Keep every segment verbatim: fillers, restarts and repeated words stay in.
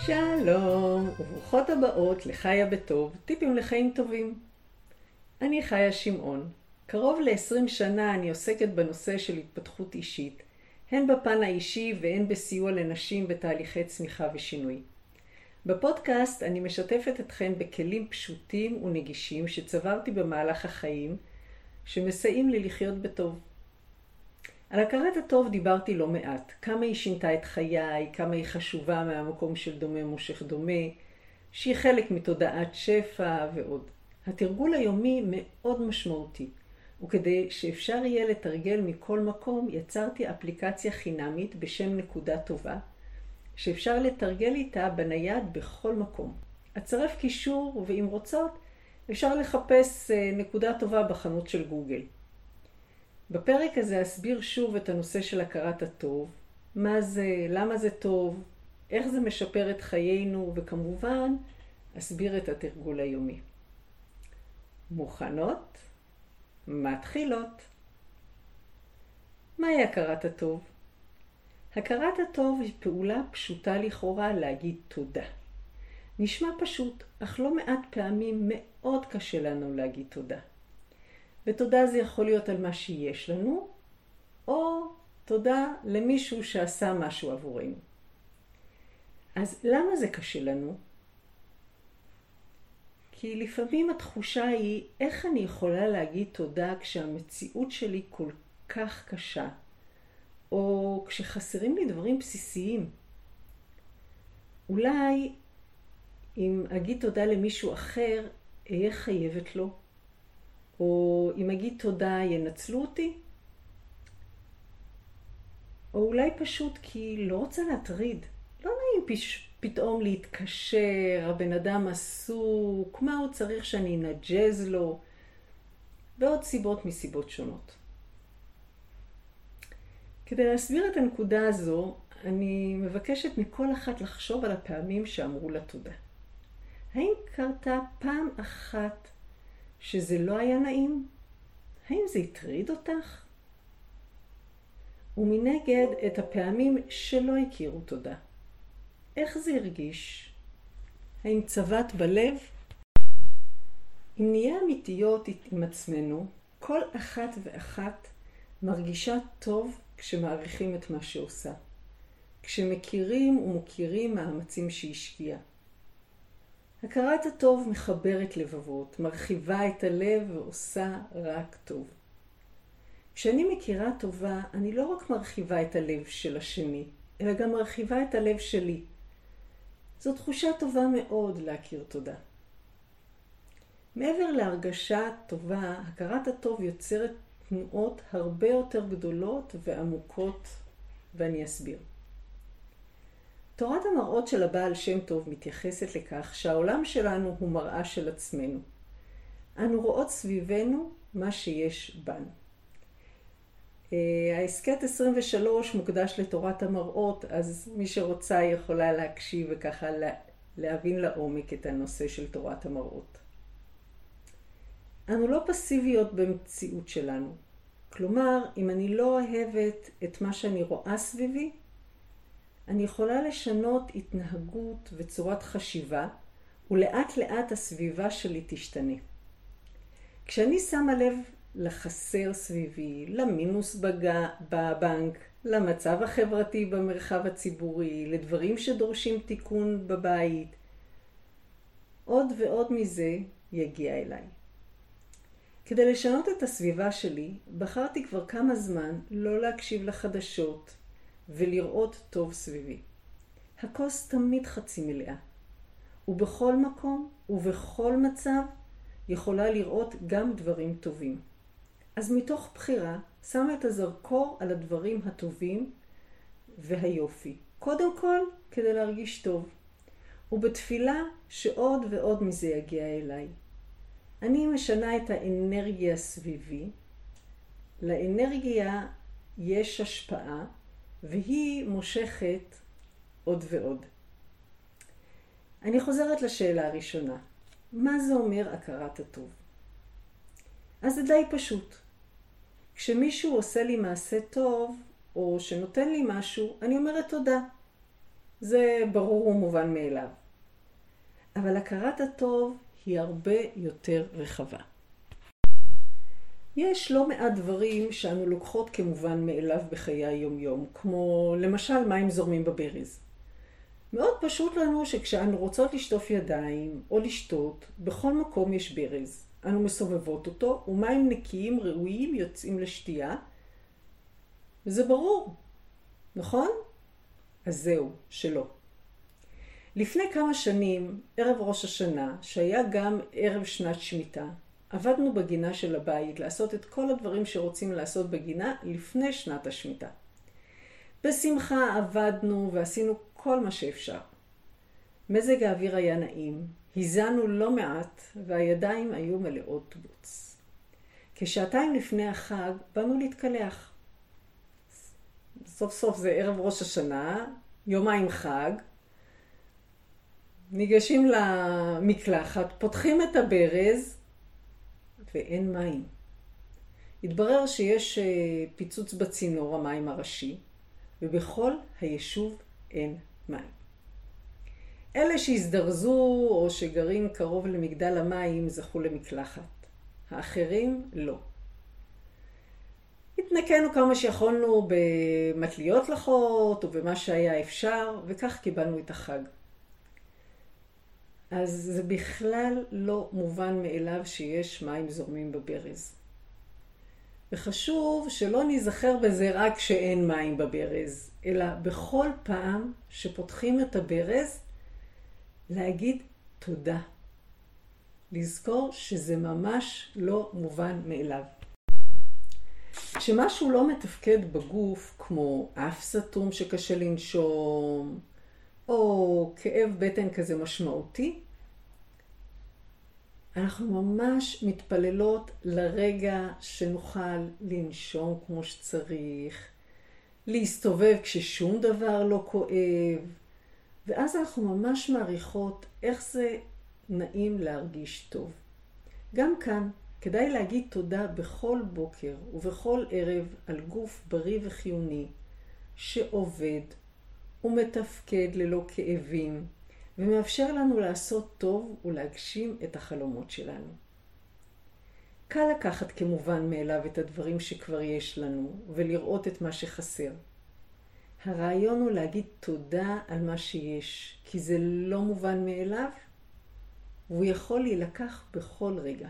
שלום וברוכות הבאות לחיה בטוב, טיפים לחיים טובים. אני חיה שמעון. קרוב ל-עשרים שנה אני עוסקת בנושא של התפתחות אישית, הן בפן האישי והן בסיוע לנשים בתהליכי צמיחה ושינוי. בפודקאסט אני משתפת אתכן בכלים פשוטים ונגישים שצברתי במהלך החיים, שמסייעים לי לחיות בטוב. על הכרת הטוב דיברתי לא מעט, כמה היא שינתה את חיי, כמה היא חשובה מהמקום של דומה מושך דומה, שהיא חלק מתודעת שפע ועוד. התרגול היומי מאוד משמעותי, וכדי שאפשר יהיה לתרגל מכל מקום, יצרתי אפליקציה חינמית בשם נקודה טובה, שאפשר לתרגל איתה בנייד בכל מקום. אצרף קישור, ואם רוצות, אפשר לחפש נקודה טובה בחנות של גוגל. בפרק הזה אסביר שוב את הנושא של הכרת הטוב, מה זה, למה זה טוב, איך זה משפר את חיינו, וכמובן אסביר את התרגול היומי. מוכנות? מתחילות. מהי הכרת הטוב? הכרת הטוב היא פעולה פשוטה לכאורה להגיד תודה. נשמע פשוט, אך לא מעט פעמים מאוד קשה לנו להגיד תודה. ותודה זה יכול להיות על מה שיש לנו, או תודה למישהו שעשה משהו עבורנו. אז למה זה קשה לנו? כי לפעמים התחושה היא איך אני יכולה להגיד תודה כשהמציאות שלי כל כך קשה, או כשחסרים לי דברים בסיסיים. אולי אם אגיד תודה למישהו אחר, אהיה חייבת לו, או אם אגיד תודה ינצלו אותי, או אולי פשוט כי לא רוצה להטריד. לא נעים פש... פתאום להתקשר, הבן אדם עסוק, מה הוא צריך שאני נג'ז לו, ועוד סיבות מסיבות שונות. כדי להסביר את הנקודה הזו, אני מבקשת מכל אחת לחשוב על הפעמים שאמרו לה תודה. האם קרתה פעם אחת שזה לא היה נעים? האם זה הטריד אותך? ומנגד את הפעמים שלא הכירו תודה. איך זה הרגיש? האם צבט בלב? אם נהיה אמיתיות עם עצמנו, כל אחת ואחת מרגישה טוב כשמעריכים את מה שעושה. כשמכירים ומוכירים מאמצים שהשקיעה. הכרת הטוב מחברת לבבות, מרחיבה את הלב ועושה רק טוב. כשאני מכירה טובה, אני לא רק מרחיבה את הלב של השני, אלא גם מרחיבה את הלב שלי. זו תחושה טובה מאוד להכיר תודה. מעבר להרגשה טובה, הכרת הטוב יוצרת תנועות הרבה יותר גדולות ועמוקות, ואני אסביר. תורת המראות של הבעל שם טוב מתייחסת לכך שהעולם שלנו הוא מראה של עצמנו. אנו רואות סביבנו מה שיש בנו. העסקת עשרים ושלוש מוקדש לתורת המראות, אז מי שרוצה יכולה להקשיב וככה להבין לעומק את הנושא של תורת המראות. אנו לא פסיביות במציאות שלנו. כלומר, אם אני לא אוהבת את מה שאני רואה סביבי, אני יכולה לשנות התנהגות וצורת חשיבה, ולאט לאט הסביבה שלי תשתנה. כשאני שמה לב לחסר סביבי, למינוס בג... בבנק, למצב החברתי במרחב הציבורי, לדברים שדורשים תיקון בבית, עוד ועוד מזה יגיע אליי. כדי לשנות את הסביבה שלי, בחרתי כבר כמה זמן לא להקשיב לחדשות, ולראות טוב סביבי. הכוס תמיד חצי מלאה, ובכל מקום ובכל מצב יכולה לראות גם דברים טובים. אז מתוך בחירה שמה את הזרקור על הדברים הטובים והיופי. קודם כל כדי להרגיש טוב, ובתפילה שעוד ועוד מזה יגיע אליי. אני משנה את האנרגיה סביבי. לאנרגיה יש השפעה, והיא מושכת עוד ועוד. אני חוזרת לשאלה הראשונה. מה זה אומר הכרת הטוב? אז זה די פשוט. כשמישהו עושה לי מעשה טוב, או שנותן לי משהו, אני אומרת תודה. זה ברור ומובן מאליו. אבל הכרת הטוב היא הרבה יותר רחבה. יש לא מעט דברים שאנו לוקחות כמובן מאליו בחיי היום-יום, כמו למשל מים זורמים בברז. מאוד פשוט לנו שכשאנו רוצות לשטוף ידיים או לשתות, בכל מקום יש ברז. אנו מסובבות אותו ומים נקיים ראויים יוצאים לשתייה, וזה ברור, נכון? אז זהו, שלא. לפני כמה שנים, ערב ראש השנה, שהיה גם ערב שנת שמיטה, עבדנו בגינה של הבית לעשות את כל הדברים שרוצים לעשות בגינה לפני שנת השמיטה. בשמחה עבדנו ועשינו כל מה שאפשר. מזג האוויר היה נעים, הזענו לא מעט והידיים היו מלאות בוץ. כשעתיים לפני החג באנו להתקלח. סוף סוף זה ערב ראש השנה, יומיים חג. ניגשים למקלחת, פותחים את הברז ואין מים. התברר שיש פיצוץ בצינור המים הראשי, ובכל היישוב אין מים. אלה שהזדרזו או שגרים קרוב למגדל המים זכו למקלחת. האחרים לא. התנקנו כמה שיכולנו במטליות לחות או במה שהיה אפשר, וכך קיבלנו את החג. אז זה בכלל לא מובן מאליו שיש מים זורמים בברז. וחשוב שלא נזכר בזה רק שאין מים בברז, אלא בכל פעם שפותחים את הברז, להגיד תודה. לזכור שזה ממש לא מובן מאליו. כשמשהו לא מתפקד בגוף, כמו אף סתום שקשה לנשום, או כאב בטן כזה משמעותי, אנחנו ממש מתפללות לרגע שנוכל לנשום כמו שצריך, להסתובב כששום דבר לא כואב, ואז אנחנו ממש מעריכות איך זה נעים להרגיש טוב. גם כאן כדאי להגיד תודה בכל בוקר ובכל ערב על גוף בריא וחיוני שעובד ומתפקד ללא כאבים, ומאפשר לנו לעשות טוב ולהגשים את החלומות שלנו. קל לקחת כמובן מאליו את הדברים שכבר יש לנו ולראות את מה שחסר. הרעיון הוא להגיד תודה על מה שיש, כי זה לא מובן מאליו, והוא יכול להילקח בכל רגע.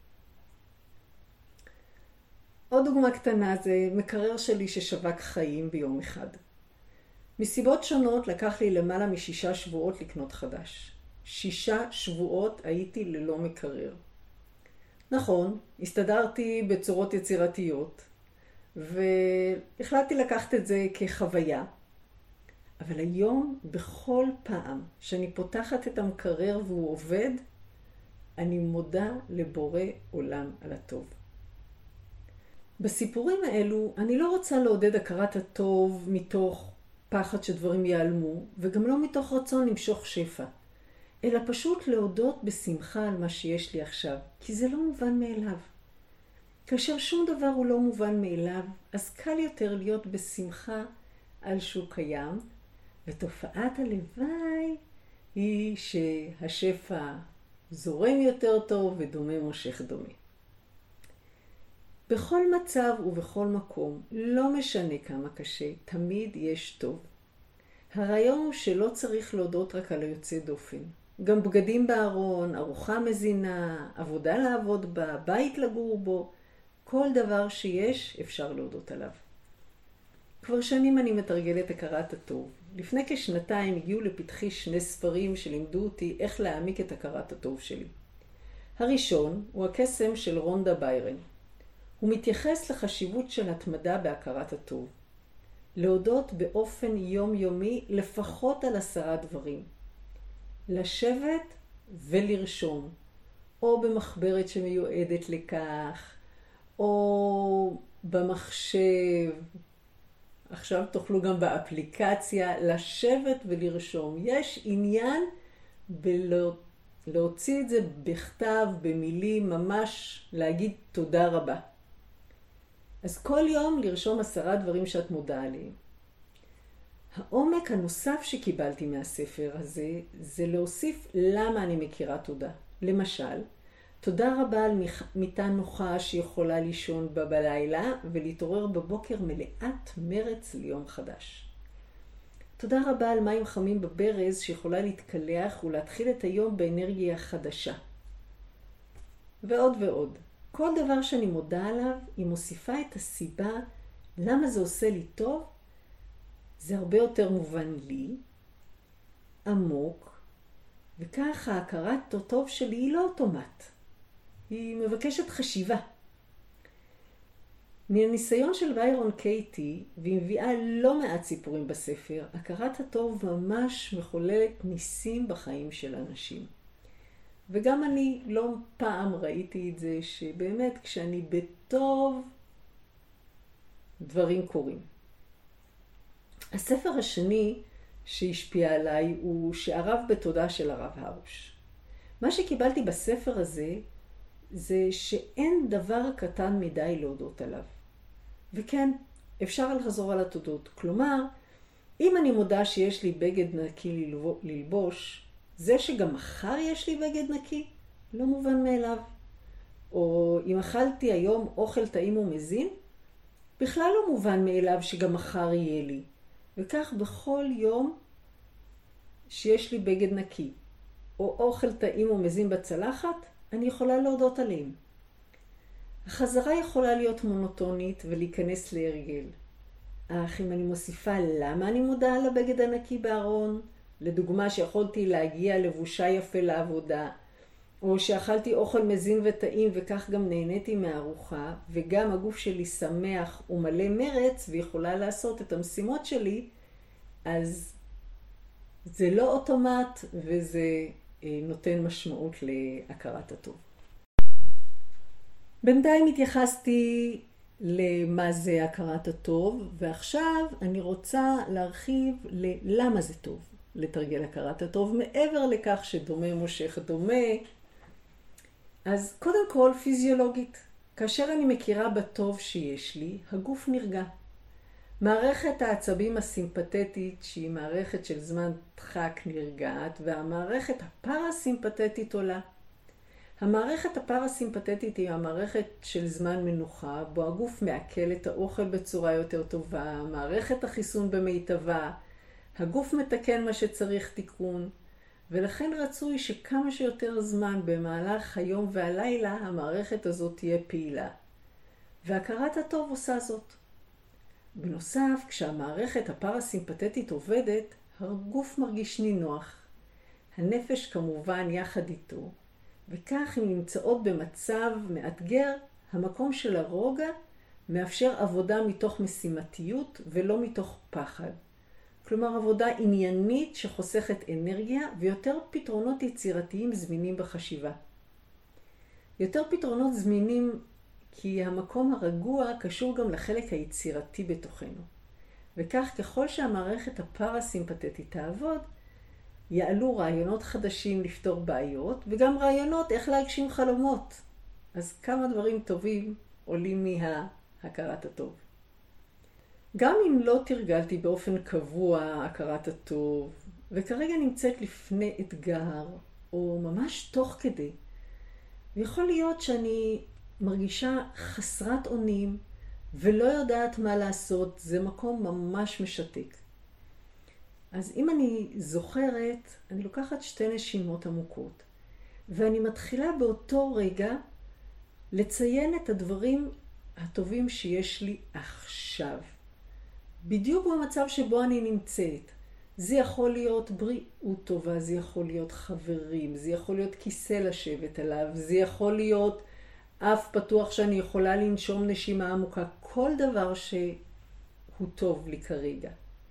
עוד דוגמה קטנה זה מקרר שלי ששווק חיים ביום אחד. מסיבות שונות לקח לי למעלה משישה שבועות לקנות חדש. שישה שבועות הייתי ללא מקרר. נכון, הסתדרתי בצורות יצירתיות, והחלטתי לקחת את זה כחוויה. אבל היום, בכל פעם שאני פותחת את המקרר והוא עובד, אני מודה לבורא עולם על הטוב. בסיפורים האלו, אני לא רוצה לעודד הכרת הטוב מתוך פחד שדברים ייעלמו, וגם לא מתוך רצון למשוך שפע, אלא פשוט להודות בשמחה על מה שיש לי עכשיו, כי זה לא מובן מאליו. כאשר שום דבר הוא לא מובן מאליו, אז קל יותר להיות בשמחה על שהוא קיים, ותופעת הלוואי היא שהשפע זורם יותר טוב ודומה מושך דומה. בכל מצב ובכל מקום, לא משנה כמה קשה, תמיד יש טוב. הרעיון הוא שלא צריך להודות רק על היוצא דופן. גם בגדים בארון, ארוחה מזינה, עבודה לעבוד בה, בית לגור בו, כל דבר שיש אפשר להודות עליו. כבר שנים אני מתרגלת הכרת הטוב. לפני כשנתיים הגיעו לפתחי שני ספרים שלימדו אותי איך להעמיק את הכרת הטוב שלי. הראשון הוא הקסם של רונדה ביירן. הוא מתייחס לחשיבות של התמדה בהכרת הטוב. להודות באופן יומיומי לפחות על עשרה דברים. לשבת ולרשום, או במחברת שמיועדת לכך, או במחשב. עכשיו תוכלו גם באפליקציה לשבת ולרשום. יש עניין בלהוציא את זה בכתב, במילים, ממש להגיד תודה רבה. אז כל יום לרשום עשרה דברים שאת מודעה עליהם. העומק הנוסף שקיבלתי מהספר הזה, זה להוסיף למה אני מכירה תודה. למשל, תודה רבה על מיטה נוחה שיכולה לישון בה בלילה ולהתעורר בבוקר מלאת מרץ ליום חדש. תודה רבה על מים חמים בברז שיכולה להתקלח ולהתחיל את היום באנרגיה חדשה. ועוד ועוד. כל דבר שאני מודה עליו, היא מוסיפה את הסיבה למה זה עושה לי טוב, זה הרבה יותר מובן לי, עמוק, וכך ההכרת הטוב שלי היא לא אוטומט. היא מבקשת חשיבה. מהניסיון של ביירון קייטי, והיא מביאה לא מעט סיפורים בספר, הכרת הטוב ממש מחוללת ניסים בחיים של אנשים. וגם אני לא פעם ראיתי את זה, שבאמת כשאני בטוב, דברים קורים. הספר השני שהשפיע עליי הוא שעריו בתודה של הרב הרוש. מה שקיבלתי בספר הזה, זה שאין דבר קטן מדי להודות עליו. וכן, אפשר לחזור על התודות. כלומר, אם אני מודה שיש לי בגד נקי ללבוש, זה שגם מחר יש לי בגד נקי, לא מובן מאליו. או אם אכלתי היום אוכל טעים ומזין, בכלל לא מובן מאליו שגם מחר יהיה לי. וכך בכל יום שיש לי בגד נקי, או אוכל טעים ומזין בצלחת, אני יכולה להודות עליהם. החזרה יכולה להיות מונוטונית ולהיכנס להרגל. אך אם אני מוסיפה למה אני מודה על הבגד הנקי בארון, לדוגמה שיכולתי להגיע לבושה יפה לעבודה, או שאכלתי אוכל מזין וטעים וכך גם נהניתי מהארוחה, וגם הגוף שלי שמח ומלא מרץ ויכולה לעשות את המשימות שלי, אז זה לא אוטומט וזה נותן משמעות להכרת הטוב. בינתיים התייחסתי למה זה הכרת הטוב, ועכשיו אני רוצה להרחיב ללמה זה טוב לתרגל הכרת הטוב, מעבר לכך שדומה מושך דומה. אז קודם כל פיזיולוגית, כאשר אני מכירה בטוב שיש לי, הגוף נרגע. מערכת העצבים הסימפתטית, שהיא מערכת של זמן דחק נרגעת, והמערכת הפרסימפתטית עולה. המערכת הפרסימפתטית היא המערכת של זמן מנוחה, בו הגוף מעכל את האוכל בצורה יותר טובה, מערכת החיסון במיטבה, הגוף מתקן מה שצריך תיקון, ולכן רצוי שכמה שיותר זמן במהלך היום והלילה המערכת הזאת תהיה פעילה. והכרת הטוב עושה זאת. בנוסף, כשהמערכת הפרסימפתטית עובדת, הגוף מרגיש נינוח. הנפש כמובן יחד איתו, וכך אם נמצאות במצב מאתגר, המקום של הרוגע מאפשר עבודה מתוך משימתיות ולא מתוך פחד. כלומר עבודה עניינית שחוסכת אנרגיה ויותר פתרונות יצירתיים זמינים בחשיבה. יותר פתרונות זמינים כי המקום הרגוע קשור גם לחלק היצירתי בתוכנו. וכך ככל שהמערכת הפרסימפתטית תעבוד, יעלו רעיונות חדשים לפתור בעיות, וגם רעיונות איך להגשים חלומות. אז כמה דברים טובים עולים מההכרת הטוב. גם אם לא תרגלתי באופן קבוע הכרת הטוב, וכרגע נמצאת לפני אתגר, או ממש תוך כדי, ויכול להיות שאני מרגישה חסרת אונים, ולא יודעת מה לעשות, זה מקום ממש משתק. אז אם אני זוכרת, אני לוקחת שתי נשימות עמוקות, ואני מתחילה באותו רגע לציין את הדברים הטובים שיש לי עכשיו. בדיוק במצב שבו אני נמצאת. זה יכול להיות בריאות טובה, זה יכול להיות חברים, זה יכול להיות כיסא לשבת עליו, זה יכול להיות אף פתוח שאני יכולה לנשום נשימה עמוקה, כל דבר שהוא טוב לי כרגע.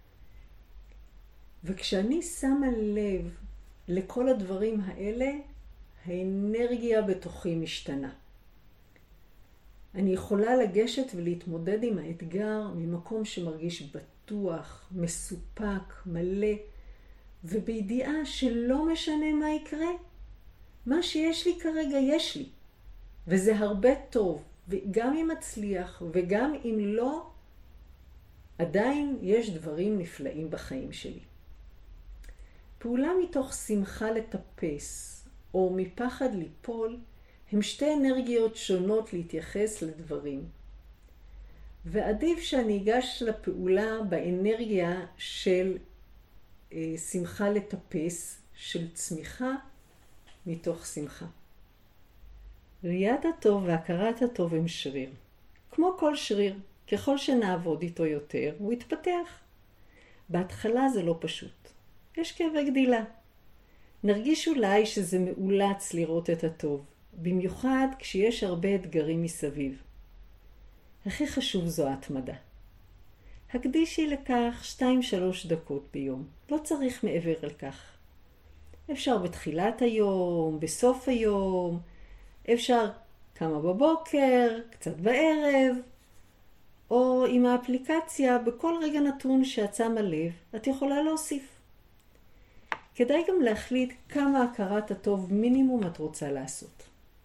וכשאני שמה לב לכל הדברים האלה, האנרגיה בתוכי משתנה. אני יכולה לגשת ולהתמודד עם האתגר ממקום שמרגיש בטוח, מסופק, מלא, ובידיעה שלא משנה מה יקרה, מה שיש לי כרגע יש לי. וזה הרבה טוב, וגם אם אצליח וגם אם לא, עדיין יש דברים נפלאים בחיים שלי. פעולה מתוך שמחה לטפס או מפחד ליפול הם שתי אנרגיות שונות להתייחס לדברים. ועדיף שאני אגש לפעולה באנרגיה של אה, שמחה לטפס, של צמיחה מתוך שמחה. ראיית הטוב והכרת הטוב הם שריר. כמו כל שריר, ככל שנעבוד איתו יותר, הוא יתפתח. בהתחלה זה לא פשוט. יש כאבי גדילה. נרגיש אולי שזה מאולץ לראות את הטוב, במיוחד כשיש הרבה אתגרים מסביב. הכי חשוב זו ההתמדה. הקדישי לכך שתיים שלוש דקות ביום, לא צריך מעבר לכך. אפשר בתחילת היום, בסוף היום, אפשר כמה בבוקר, קצת בערב, או עם האפליקציה בכל רגע נתון שיצא מהלב, את יכולה להוסיף. כדאי גם להחליט כמה הכרת הטוב מינימום את רוצה לעשות.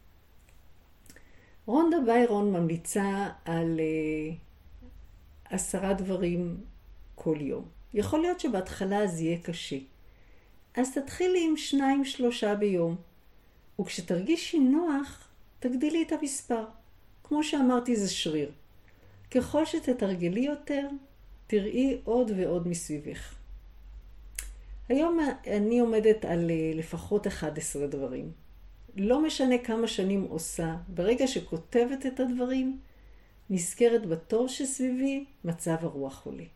רונדה ביירון ממליצה על uh, עשרה דברים כל יום. יכול להיות שבהתחלה זה יהיה קשה. אז תתחילי עם שניים שלושה ביום. וכשתרגישי נוח, תגדילי את המספר. כמו שאמרתי, זה שריר. ככל שתתרגלי יותר, תראי עוד ועוד מסביבך. היום אני עומדת על לפחות אחד עשר דברים. לא משנה כמה שנים עושה, ברגע שכותבת את הדברים, נזכרת בטוב שסביבי, מצב הרוח עולה.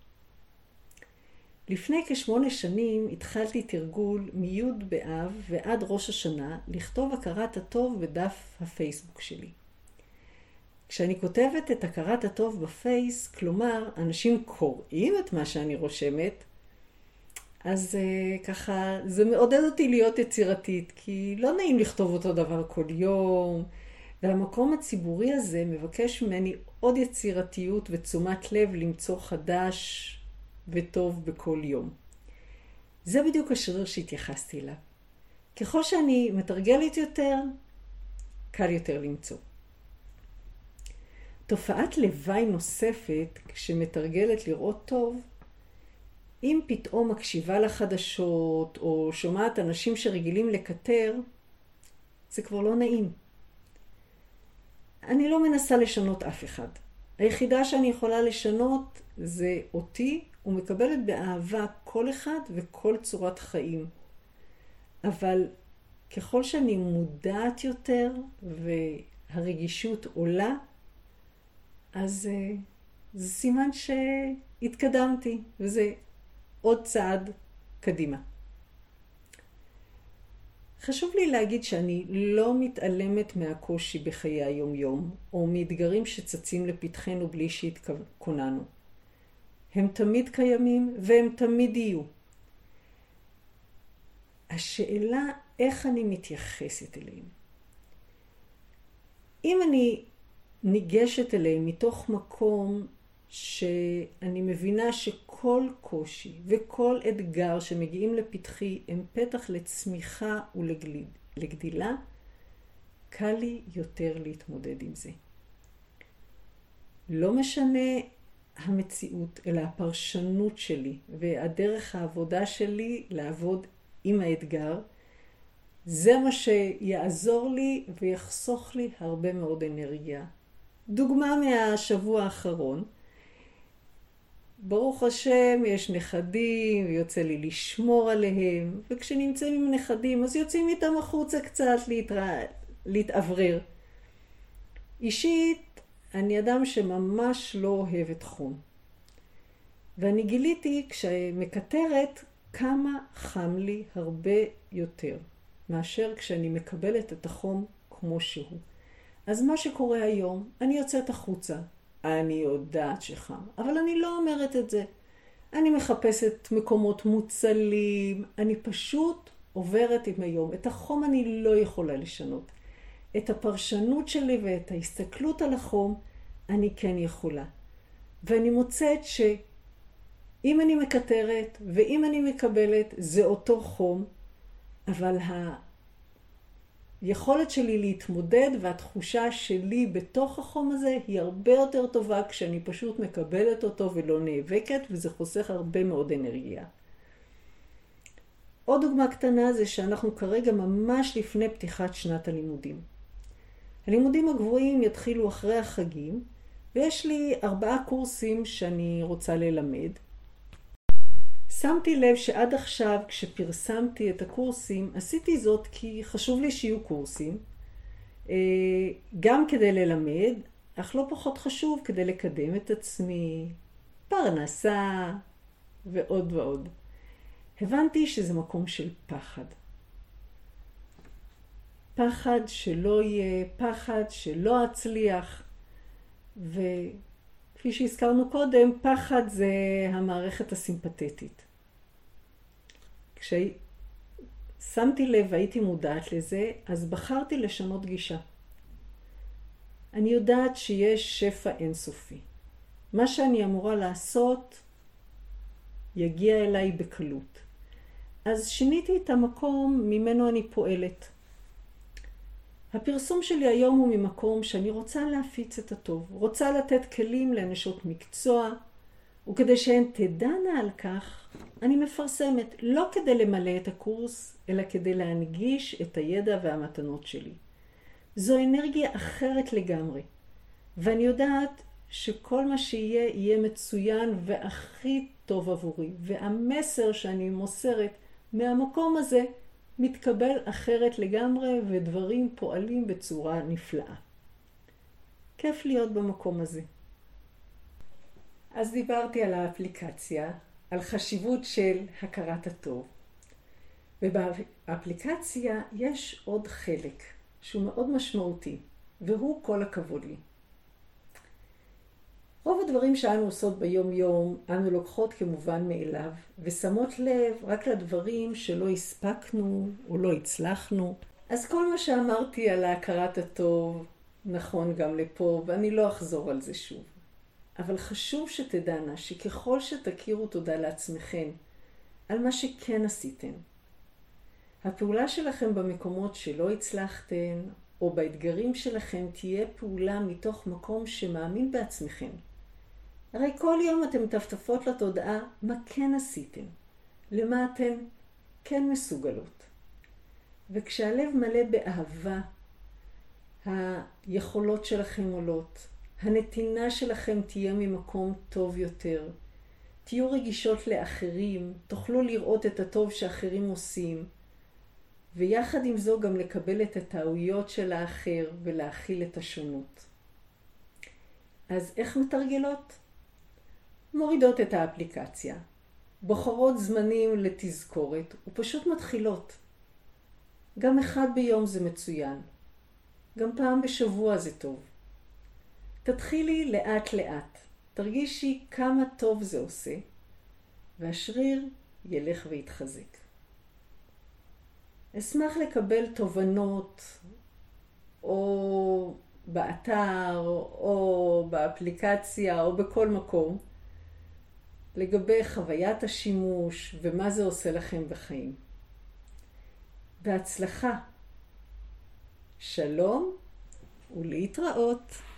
לפני כשמונה שנים התחלתי תרגול מיוד באב ועד ראש השנה לכתוב הכרת הטוב בדף הפייסבוק שלי. כשאני כותבת את הכרת הטוב בפייס, כלומר, אנשים קוראים את מה שאני רושמת, אז uh, ככה, זה מעודד אותי להיות יצירתית, כי לא נעים לכתוב אותו דבר כל יום, והמקום הציבורי הזה מבקש ממני עוד יצירתיות ותשומת לב למצוא חדש וטוב בכל יום. זה בדיוק השריר שהתייחסתי אליו. ככל שאני מתרגלת יותר, קל יותר למצוא. תופעת לוואי נוספת, כשמתרגלת לראות טוב, אם פתאום מקשיבה לחדשות או שומעת אנשים שרגילים לקטר, זה כבר לא נעים. אני לא מנסה לשנות אף אחד. היחידה שאני יכולה לשנות זה אותי, ומקבלת באהבה כל אחד וכל צורת חיים. אבל ככל שאני מודעת יותר והרגישות עולה, אז זה סימן שהתקדמתי, וזה עוד צעד קדימה. חשוב לי להגיד שאני לא מתעלמת מהקושי בחיי היום-יום, או מאתגרים שצצים לפתחנו בלי שהתכוננו. הם תמיד קיימים והם תמיד יהיו. השאלה איך אני מתייחסת אליהם. אם אני ניגשת אליהם מתוך מקום שאני מבינה שכל קושי וכל אתגר שמגיעים לפתחי הם פתח לצמיחה ולגדילה, קל לי יותר להתמודד עם זה. לא משנה המציאות, אלא הפרשנות שלי והדרך העבודה שלי לעבוד עם האתגר, זה מה שיעזור לי ויחסוך לי הרבה מאוד אנרגיה. דוגמה מהשבוע האחרון, ברוך השם יש נכדים ויוצא לי לשמור עליהם, וכשנמצאים עם נכדים אז יוצאים איתם החוצה קצת להתרא... להתעברר. אישית אני אדם שממש לא אוהבת חום. ואני גיליתי כשמקטרת כמה חם לי הרבה יותר מאשר כשאני מקבלת את החום כמו שהוא. אז מה שקורה היום, אני יוצאת החוצה. אני יודעת שחם, אבל אני לא אומרת את זה. אני מחפשת מקומות מוצלים, אני פשוט עוברת עם היום. את החום אני לא יכולה לשנות. את הפרשנות שלי ואת ההסתכלות על החום, אני כן יכולה. ואני מוצאת שאם אני מקטרת ואם אני מקבלת, זה אותו חום, אבל היכולת שלי להתמודד והתחושה שלי בתוך החום הזה היא הרבה יותר טובה כשאני פשוט מקבלת אותו ולא נאבקת, וזה חוסך הרבה מאוד אנרגיה. עוד דוגמה קטנה זה שאנחנו כרגע ממש לפני פתיחת שנת הלימודים. הלימודים הגבוהים יתחילו אחרי החגים, ויש לי ארבעה קורסים שאני רוצה ללמד. שמתי לב שעד עכשיו כשפרסמתי את הקורסים, עשיתי זאת כי חשוב לי שיהיו קורסים, גם כדי ללמד, אך לא פחות חשוב כדי לקדם את עצמי, פרנסה ועוד ועוד. הבנתי שזה מקום של פחד. פחד שלא יהיה, פחד שלא אצליח, וכפי שהזכרנו קודם, פחד זה המערכת הסימפתטית. כששמתי לב והייתי מודעת לזה, אז בחרתי לשנות גישה. אני יודעת שיש שפע אינסופי. מה שאני אמורה לעשות יגיע אליי בקלות. אז שיניתי את המקום ממנו אני פועלת. הפרסום שלי היום הוא ממקום שאני רוצה להפיץ את הטוב, רוצה לתת כלים לאנשות מקצוע, וכדי שהן תדענה על כך, אני מפרסמת לא כדי למלא את הקורס, אלא כדי להנגיש את הידע והמתנות שלי. זו אנרגיה אחרת לגמרי, ואני יודעת שכל מה שיהיה יהיה מצוין והכי טוב עבורי, והמסר שאני מוסרת מהמקום הזה מתקבל אחרת לגמרי, ודברים פועלים בצורה נפלאה. כיף להיות במקום הזה. אז דיברתי על האפליקציה, על חשיבות של הכרת הטוב. ובאפליקציה יש עוד חלק שהוא מאוד משמעותי, והוא כל הכבוד לי. רוב הדברים שאנו עושות ביום יום, אנו לוקחות כמובן מאליו, ושמות לב רק לדברים שלא הספקנו או לא הצלחנו. אז כל מה שאמרתי על ההכרת הטוב נכון גם לפה, ואני לא אחזור על זה שוב. אבל חשוב שתדענה שככל שתכירו תודה לעצמכם על מה שכן עשיתם, הפעולה שלכם במקומות שלא הצלחתם, או באתגרים שלכם תהיה פעולה מתוך מקום שמאמין בעצמכם. הרי כל יום אתם מטפטפות לתודעה מה כן עשיתם, למה אתם כן מסוגלות. וכשהלב מלא באהבה, היכולות שלכם עולות, הנתינה שלכם תהיה ממקום טוב יותר, תהיו רגישות לאחרים, תוכלו לראות את הטוב שאחרים עושים, ויחד עם זו גם לקבל את הטעויות של האחר ולהכיל את השונות. אז איך מתרגלות? מורידות את האפליקציה, בוחרות זמנים לתזכורת ופשוט מתחילות. גם אחד ביום זה מצוין, גם פעם בשבוע זה טוב. תתחילי לאט לאט, תרגישי כמה טוב זה עושה, והשריר ילך ויתחזק. אשמח לקבל תובנות או באתר או באפליקציה או בכל מקום לגבי חוויית השימוש ומה זה עושה לכם בחיים. בהצלחה. שלום ולהתראות.